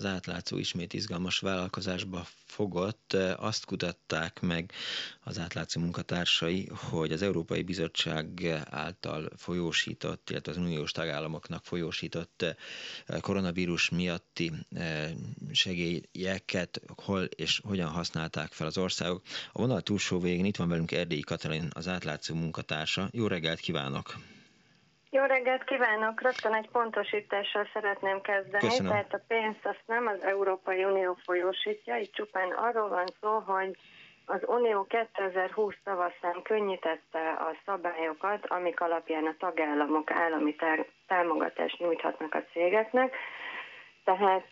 az átlátszó ismét izgalmas vállalkozásba fogott. Azt kutatták meg az átlátszó munkatársai, hogy az Európai Bizottság által folyósított, illetve az uniós tagállamoknak folyósított koronavírus miatti segélyeket hol és hogyan használták fel az országok. A vonal túlsó végén itt van velünk Erdélyi Katalin, az átlátszó munkatársa. Jó reggelt kívánok! Jó reggelt kívánok! Rögtön egy pontosítással szeretném kezdeni. Köszönöm. Tehát a pénzt azt nem az Európai Unió folyósítja, itt csupán arról van szó, hogy az Unió 2020 tavaszán könnyítette a szabályokat, amik alapján a tagállamok állami támogatást nyújthatnak a cégeknek. Tehát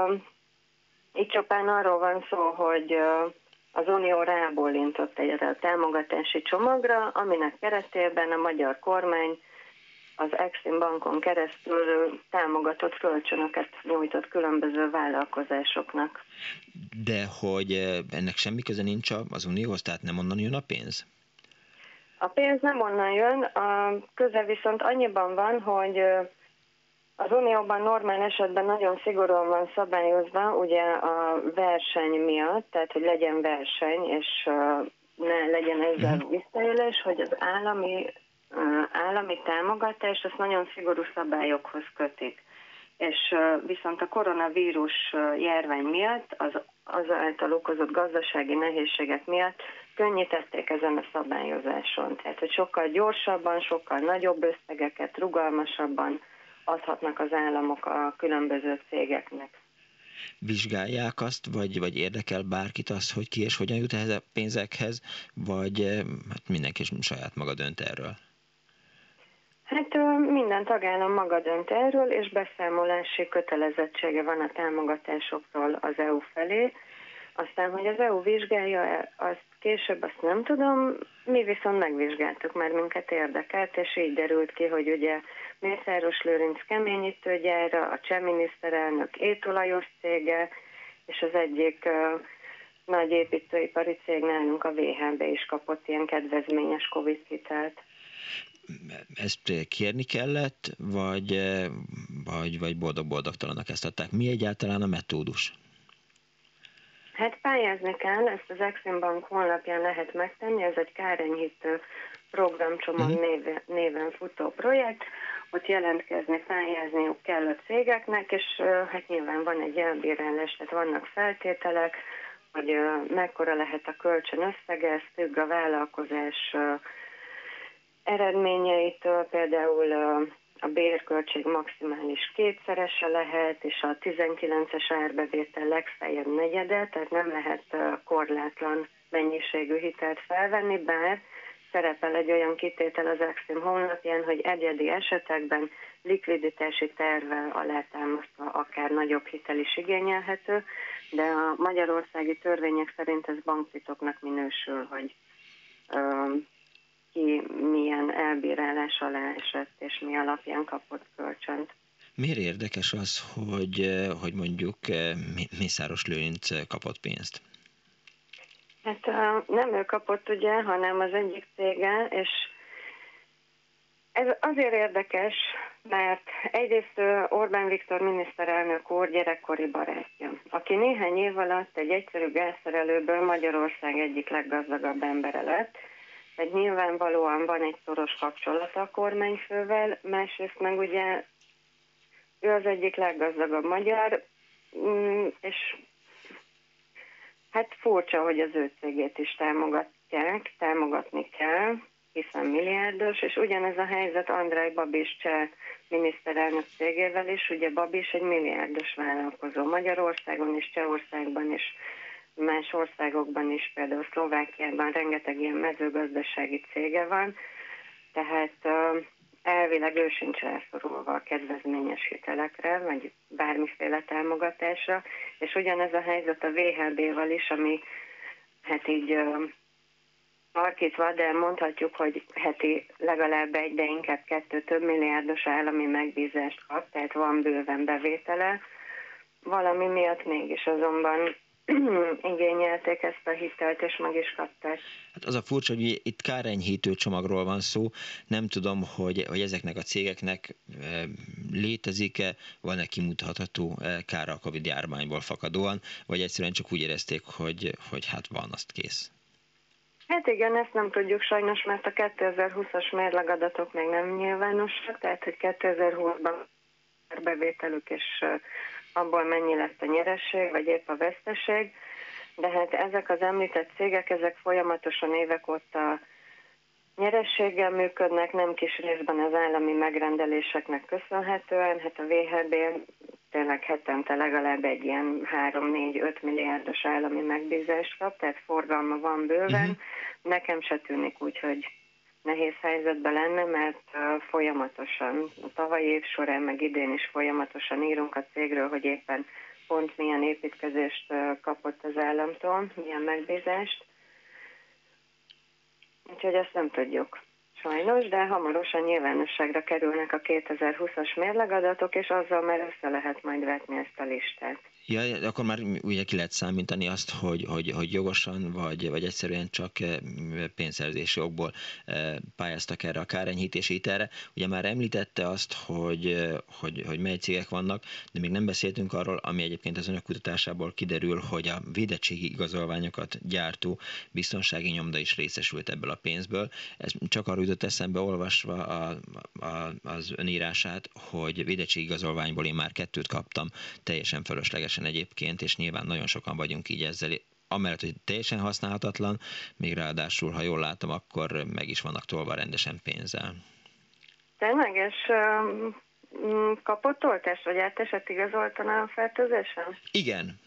itt csupán arról van szó, hogy az Unió rábólintott egyre a támogatási csomagra, aminek keretében a magyar kormány az Exim Bankon keresztül támogatott kölcsönöket nyújtott különböző vállalkozásoknak. De hogy ennek semmi köze nincs az Unióhoz, tehát nem onnan jön a pénz? A pénz nem onnan jön, a köze viszont annyiban van, hogy az Unióban normál esetben nagyon szigorúan van szabályozva, ugye a verseny miatt, tehát hogy legyen verseny, és ne legyen ezzel visszaélés, hogy az állami támogatás azt nagyon szigorú szabályokhoz kötik. És viszont a koronavírus járvány miatt, az által okozott gazdasági nehézségek miatt könnyítették ezen a szabályozáson. Tehát, hogy sokkal gyorsabban, sokkal nagyobb összegeket, rugalmasabban adhatnak az államok a különböző cégeknek. Vizsgálják azt, vagy érdekel bárkit az, hogy ki és hogyan jut ehhez a pénzekhez, vagy hát mindenki saját maga dönt erről? Hát minden tagállam maga dönt erről, és beszámolási kötelezettsége van a támogatásokról az EU felé. Aztán, hogy az EU vizsgálja, azt később azt nem tudom, mi viszont megvizsgáltuk, mert minket érdekelt, és így derült ki, hogy ugye Mészáros Lőrinc keményítőgyára, a cseh miniszterelnök étolajos cége, és az egyik nagy építőipari cég nálunk, a VHB is kapott ilyen kedvezményes Covid hitelt. Ezt kérni kellett, vagy boldog-boldogtalanak ezt adták? Mi egyáltalán a metódus? Hát pályázni kell, ezt az Exim Bank honlapján lehet megtenni, ez egy kárenyhítő programcsomag néven futó projekt, ott jelentkezni, pályázniuk kell a cégeknek, és hát nyilván van egy elbírálás, tehát vannak feltételek, hogy mekkora lehet a kölcsön összege, ez függ a vállalkozás eredményeitől, például a bérköltség maximális kétszerese lehet, és a 19-es árbevétel legfeljebb negyede, tehát nem lehet korlátlan mennyiségű hitelt felvenni, bár szerepel egy olyan kitétel az Exim honlapján, hogy egyedi esetekben likviditási tervvel alátámasztva akár nagyobb hitel is igényelhető, de a magyarországi törvények szerint ez banktitoknak minősül, hogy ki milyen elbírálás alá esett, és mi alapján kapott kölcsönt. Miért érdekes az, hogy mondjuk Mészáros Lőrinc kapott pénzt? Hát nem ő kapott, ugye, hanem az egyik cége, és ez azért érdekes, mert egyrészt Orbán Viktor miniszterelnök úr gyerekkori barátja, aki néhány év alatt egy egyszerű gázszerelőből Magyarország egyik leggazdagabb embere lett, tehát nyilvánvalóan van egy szoros kapcsolata a kormányfővel, másrészt meg ugye ő az egyik leggazdagabb magyar, és hát furcsa, hogy az ő cégét is támogatni kell, hiszen milliárdos, és ugyanez a helyzet Andrej Babis cseh miniszterelnök cégével is, ugye Babis egy milliárdos vállalkozó Magyarországon és Csehországban is, más országokban is, például Szlovákiában rengeteg ilyen mezőgazdasági cége van, tehát elvileg ő sincs rászorulva a kedvezményes hitelekre, vagy bármiféle támogatásra, és ugyanez a helyzet a VHB-val is, ami hát így markítva, de mondhatjuk, hogy heti legalább egy, de inkább 2 több milliárdos állami megbízást kap, tehát van bőven bevétele. Valami miatt mégis azonban igényelték ezt a hitelt, és meg is kapták. Hát az a furcsa, hogy itt kárenyhítő csomagról van szó. Nem tudom, hogy ezeknek a cégeknek létezik-e, van-e kimutatható kára a Covid járványból fakadóan, vagy egyszerűen csak úgy érezték, hogy hát van, azt kész. Hát igen, ezt nem tudjuk sajnos, mert a 2020-as mérlegadatok még nem nyilvánosak, tehát hogy 2020-ban bevételük, és abból mennyi lett a nyeresség, vagy épp a veszteség, de hát ezek az említett cégek, ezek folyamatosan évek óta nyerességgel működnek, nem kis részben az állami megrendeléseknek köszönhetően, hát a VHB tényleg hetente legalább egy ilyen 3-4-5 milliárdos állami megbízást kap, tehát forgalma van bőven. Nekem se tűnik úgy, hogy nehéz helyzetben lenne, mert folyamatosan, a tavalyi év során, meg idén is folyamatosan írunk a cégről, hogy éppen pont milyen építkezést kapott az államtól, milyen megbízást. Úgyhogy ezt nem tudjuk sajnos, de hamarosan nyilvánosságra kerülnek a 2020-as mérlegadatok, és azzal már össze lehet majd vetni ezt a listát. Ja, akkor már ugye ki lehet számítani azt, hogy jogosan, vagy egyszerűen csak pénzszerzési okból pályáztak erre a kárenyhítési hitelre. Ugye már említette azt, hogy mely cégek vannak, de még nem beszéltünk arról, ami egyébként az önök kutatásából kiderül, hogy a védettségi igazolványokat gyártó biztonsági nyomda is részesült ebből a pénzből. Ez csak arra jutott eszembe olvasva az önírását, hogy védettségi igazolványból én már 2 kaptam, teljesen fölösleges egyébként, és nyilván nagyon sokan vagyunk így ezzel. Amellett, hogy teljesen használhatatlan, még ráadásul, ha jól látom, akkor meg is vannak tolva rendesen pénzzel. Tényleg, és kapott oltást, vagy átesett igazoltan a fertőzésen? Igen.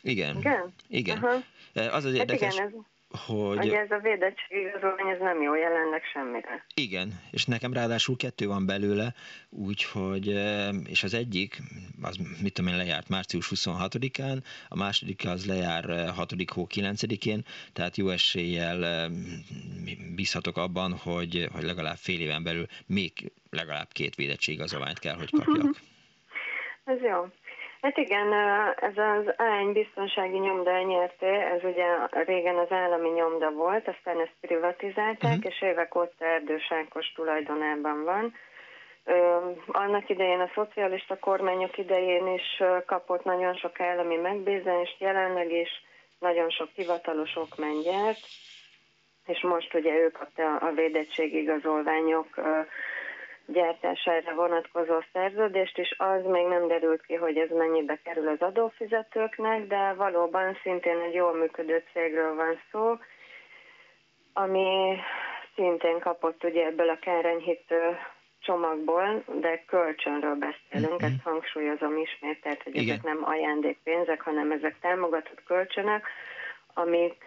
Aha. Az az érdekes, hát igen, hogy ez a védettségi igazolvány, ez nem jó jelenleg semmire. Igen, és nekem ráadásul 2 van belőle, úgyhogy, és az egyik, az mit tudom én, lejárt március 26-án, a második az lejár 6. hó 9-én, tehát jó eséllyel bízhatok abban, hogy legalább fél éven belül még legalább 2 védettségigazolványt kell, hogy kapjak. Ez jó. Hát igen, ez az A1 biztonsági nyomda nyerté, ez ugye régen az állami nyomda volt, aztán ezt privatizálták, és évek óta Erdős Ákos tulajdonában van. Annak idején a szocialista kormányok idején is kapott nagyon sok állami megbízást, jelenleg is nagyon sok hivatalos okmány gyárt, és most ugye ő kapta a védettségigazolványok gyártására vonatkozó szerződést, és az még nem derült ki, hogy ez mennyibe kerül az adófizetőknek, de valóban szintén egy jól működő cégről van szó, ami szintén kapott ugye ebből a kárenyhítő csomagból, de kölcsönről beszélünk, ezt hangsúlyozom ismét, tehát hogy ezek nem ajándékpénzek, hanem ezek támogatott kölcsönök, amik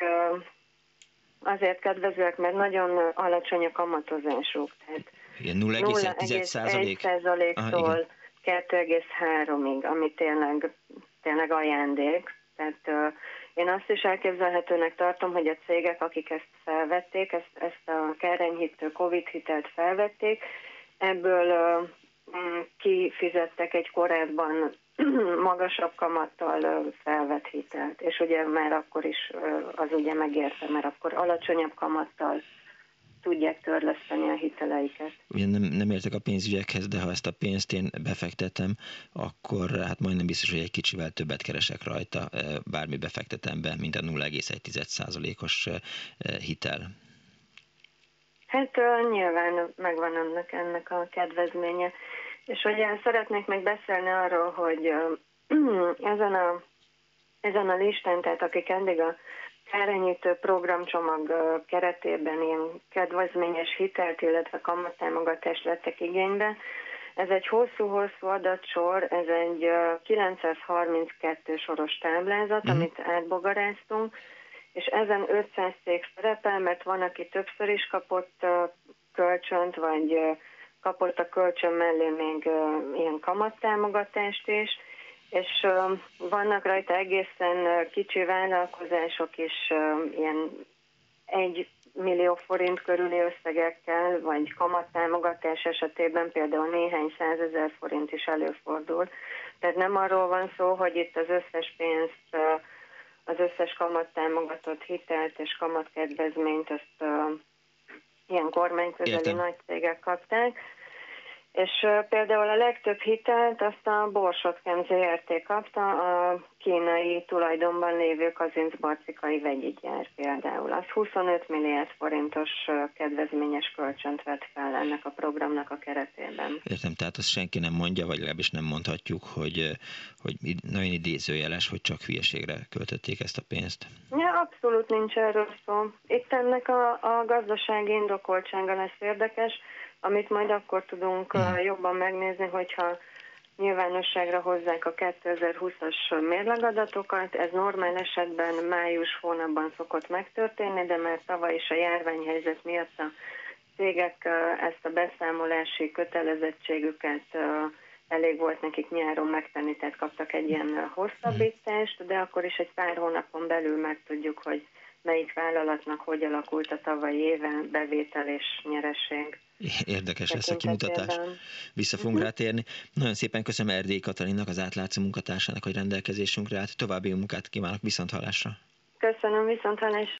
azért kedvezőek, mert nagyon alacsony a kamatozásuk, tehát 0,1%-tól 2,3-ig, ami tényleg ajándék. Tehát én azt is elképzelhetőnek tartom, hogy a cégek, akik ezt felvették, ezt a kárenyhítő Covid hitelt felvették, ebből kifizettek egy korábban magasabb kamattal felvett hitelt. És ugye már akkor is az ugye megérte, mert akkor alacsonyabb kamattal tudják törleszteni a hiteleiket. Ugye nem értek a pénzügyekhez, de ha ezt a pénzt én befektetem, akkor hát majdnem biztos, hogy egy kicsivel többet keresek rajta, bármi befektetem be, mint a 0,1%-os hitel. Hát nyilván megvan ennek a kedvezménye. És ugye szeretnék még beszélni arról, hogy ezen a listán, tehát akik eddig a kárenyhítő programcsomag keretében ilyen kedvezményes hitelt, illetve kamattámogatást vettek igénybe. Ez egy hosszú-hosszú adatsor, ez egy 932 soros táblázat, amit átbogaráztunk, és ezen 500 cég szerepel, mert van, aki többször is kapott kölcsönt, vagy kapott a kölcsön mellé még ilyen kamattámogatást is, és vannak rajta egészen kicsi vállalkozások is, ilyen 1 millió forint körüli összegekkel, vagy kamattámogatás esetében például néhány 100 000 forint is előfordul. Tehát nem arról van szó, hogy itt az összes pénzt az összes kamattámogatott hitelt és kamatkedvezményt azt ilyen kormányközeli nagy cégek kapták. És például a legtöbb hitelt azt a Borsod-Chem Zrt. Kapta, a kínai tulajdonban lévő Kazincbarcikai vegyigyár például. Az 25 milliárd forintos kedvezményes kölcsönt vett fel ennek a programnak a keretében. Értem, tehát azt senki nem mondja, vagy legalábbis nem mondhatjuk, hogy nagyon idézőjeles, hogy csak hülyeségre költötték ezt a pénzt. Ja, abszolút nincs erről szó. Itt ennek a gazdasági indokoltsága lesz érdekes, amit majd akkor tudunk jobban megnézni, hogyha nyilvánosságra hozzák a 2020-as mérlegadatokat. Ez normál esetben május hónapban szokott megtörténni, de már tavaly is a járványhelyzet miatt a cégek ezt a beszámolási kötelezettségüket elég volt nekik nyáron megtenni, tehát kaptak egy ilyen hosszabbítást, de akkor is egy pár hónapon belül megtudjuk, hogy melyik vállalatnak hogy alakult a tavalyi éven bevétel és nyereség. Érdekes lesz a kimutatás. Vissza fogunk rátérni. Nagyon szépen köszönöm Erdélyi Katalinnak, az átlátszó munkatársának, hogy rendelkezésünkre állt. További munkát kívánok, viszonthallásra. Köszönöm, viszonthallásra.